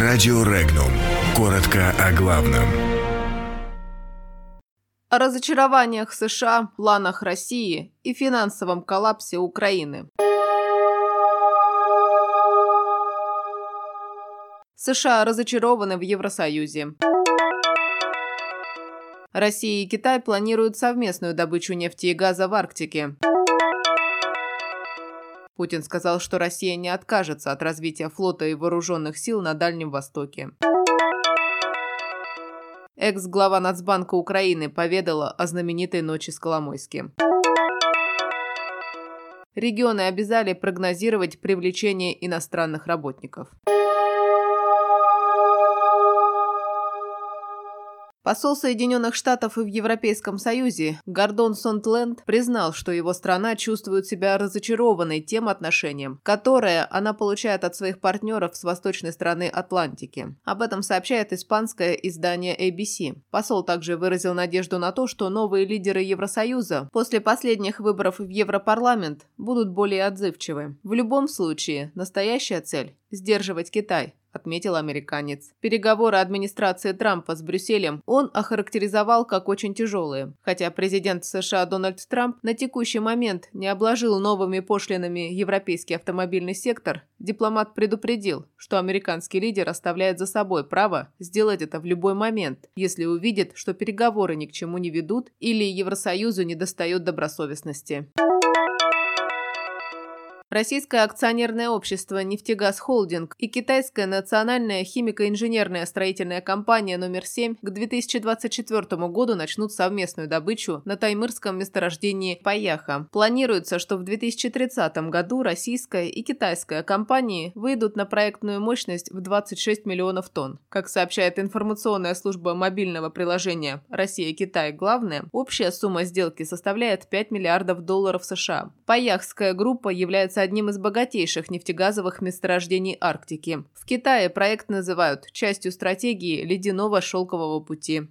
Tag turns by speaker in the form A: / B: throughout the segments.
A: Радио Регнум. Коротко о главном.
B: О разочарованиях США, планах России и финансовом коллапсе Украины. США разочарованы в Евросоюзе. Россия и Китай планируют совместную добычу нефти и газа в Арктике. Путин сказал, что Россия не откажется от развития флота и вооруженных сил на Дальнем Востоке. Экс-глава Нацбанка Украины поведала о знаменитой ночи с Коломойским. Регионы обязали прогнозировать привлечение иностранных работников. Посол Соединенных Штатов в Европейском Союзе Гордон Сондленд признал, что его страна чувствует себя разочарованной тем отношением, которое она получает от своих партнеров с восточной стороны Атлантики. Об этом сообщает испанское издание ABC. Посол также выразил надежду на то, что новые лидеры Евросоюза после последних выборов в Европарламент будут более отзывчивы. В любом случае, настоящая цель – сдерживать Китай, отметил американец. Переговоры администрации Трампа с Брюсселем он охарактеризовал как очень тяжелые. Хотя президент США Дональд Трамп на текущий момент не обложил новыми пошлинами европейский автомобильный сектор, дипломат предупредил, что американский лидер оставляет за собой право сделать это в любой момент, если увидит, что переговоры ни к чему не ведут или Евросоюзу недостает добросовестности. Российское акционерное общество «Нефтегаз Холдинг» и китайская национальная химико-инженерная строительная компания номер 7 к 2024 году начнут совместную добычу на таймырском месторождении Паяха. Планируется, что в 2030 году российская и китайская компании выйдут на проектную мощность в 26 миллионов тонн. Как сообщает информационная служба мобильного приложения «Россия-Китай. Главное», общая сумма сделки составляет $5 миллиардов США. Паяхская группа является одним из богатейших нефтегазовых месторождений Арктики. В Китае проект называют частью стратегии ледяного шелкового пути.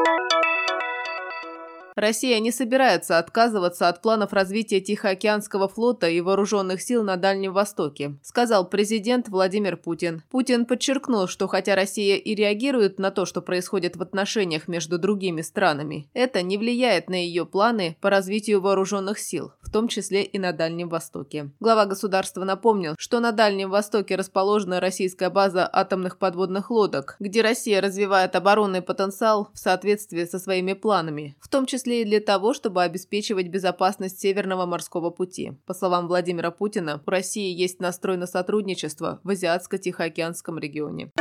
B: Россия не собирается отказываться от планов развития Тихоокеанского флота и вооруженных сил на Дальнем Востоке, сказал президент Владимир Путин. Путин подчеркнул, что хотя Россия и реагирует на то, что происходит в отношениях между другими странами, это не влияет на ее планы по развитию вооруженных сил, в том числе и на Дальнем Востоке. Глава государства напомнил, что на Дальнем Востоке расположена российская база атомных подводных лодок, где Россия развивает оборонный потенциал в соответствии со своими планами, в том числе и для того, чтобы обеспечивать безопасность Северного морского пути. По словам Владимира Путина, у России есть настрой на сотрудничество в Азиатско-Тихоокеанском регионе.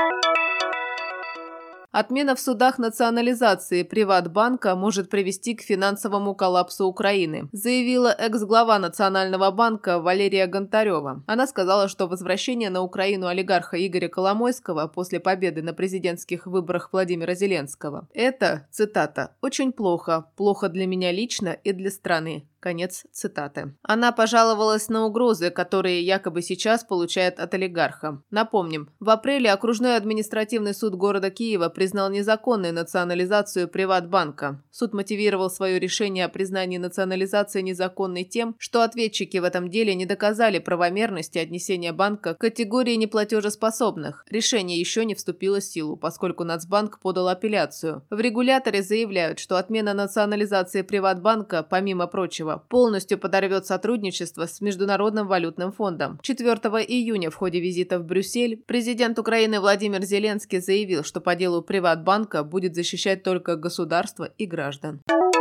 B: Отмена в судах национализации Приватбанка может привести к финансовому коллапсу Украины, заявила экс-глава Национального банка Валерия Гонтарева. Она сказала, что возвращение на Украину олигарха Игоря Коломойского после победы на президентских выборах Владимира Зеленского – это, цитата, «очень плохо. Плохо для меня лично и для страны». Конец цитаты. Она пожаловалась на угрозы, которые якобы сейчас получает от олигарха. Напомним, в апреле окружной административный суд города Киева признал незаконной национализацию Приватбанка. Суд мотивировал свое решение о признании национализации незаконной тем, что ответчики в этом деле не доказали правомерности отнесения банка к категории неплатежеспособных. Решение еще не вступило в силу, поскольку Нацбанк подал апелляцию. В регуляторе заявляют, что отмена национализации Приватбанка, помимо прочего, полностью подорвет сотрудничество с Международным валютным фондом. 4 июня в ходе визита в Брюссель президент Украины Владимир Зеленский заявил, что по делу Приватбанка будет защищать только государство и граждан.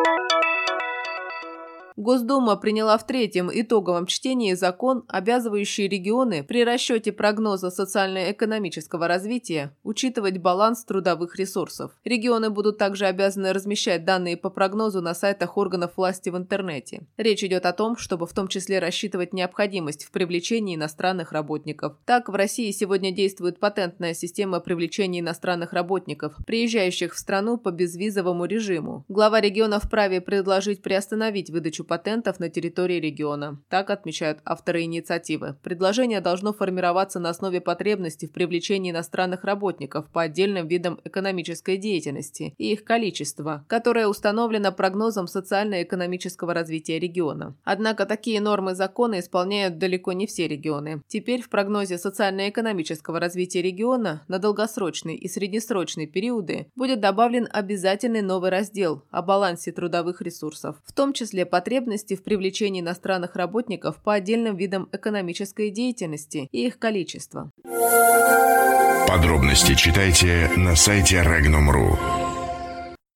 B: Госдума приняла в третьем итоговом чтении закон, обязывающий регионы при расчете прогноза социально-экономического развития учитывать баланс трудовых ресурсов. Регионы будут также обязаны размещать данные по прогнозу на сайтах органов власти в интернете. Речь идет о том, чтобы в том числе рассчитывать необходимость в привлечении иностранных работников. Так, в России сегодня действует патентная система привлечения иностранных работников, приезжающих в страну по безвизовому режиму. Глава региона вправе предложить приостановить выдачу патентов на территории региона. Так отмечают авторы инициативы. Предложение должно формироваться на основе потребностей в привлечении иностранных работников по отдельным видам экономической деятельности и их количества, которое установлено прогнозом социально-экономического развития региона. Однако такие нормы закона исполняют далеко не все регионы. Теперь в прогнозе социально-экономического развития региона на долгосрочный и среднесрочный периоды будет добавлен обязательный новый раздел о балансе трудовых ресурсов, в том числе потребности в привлечении иностранных работников по отдельным видам экономической деятельности и их количества.
A: Подробности читайте на сайте Regnum.ru.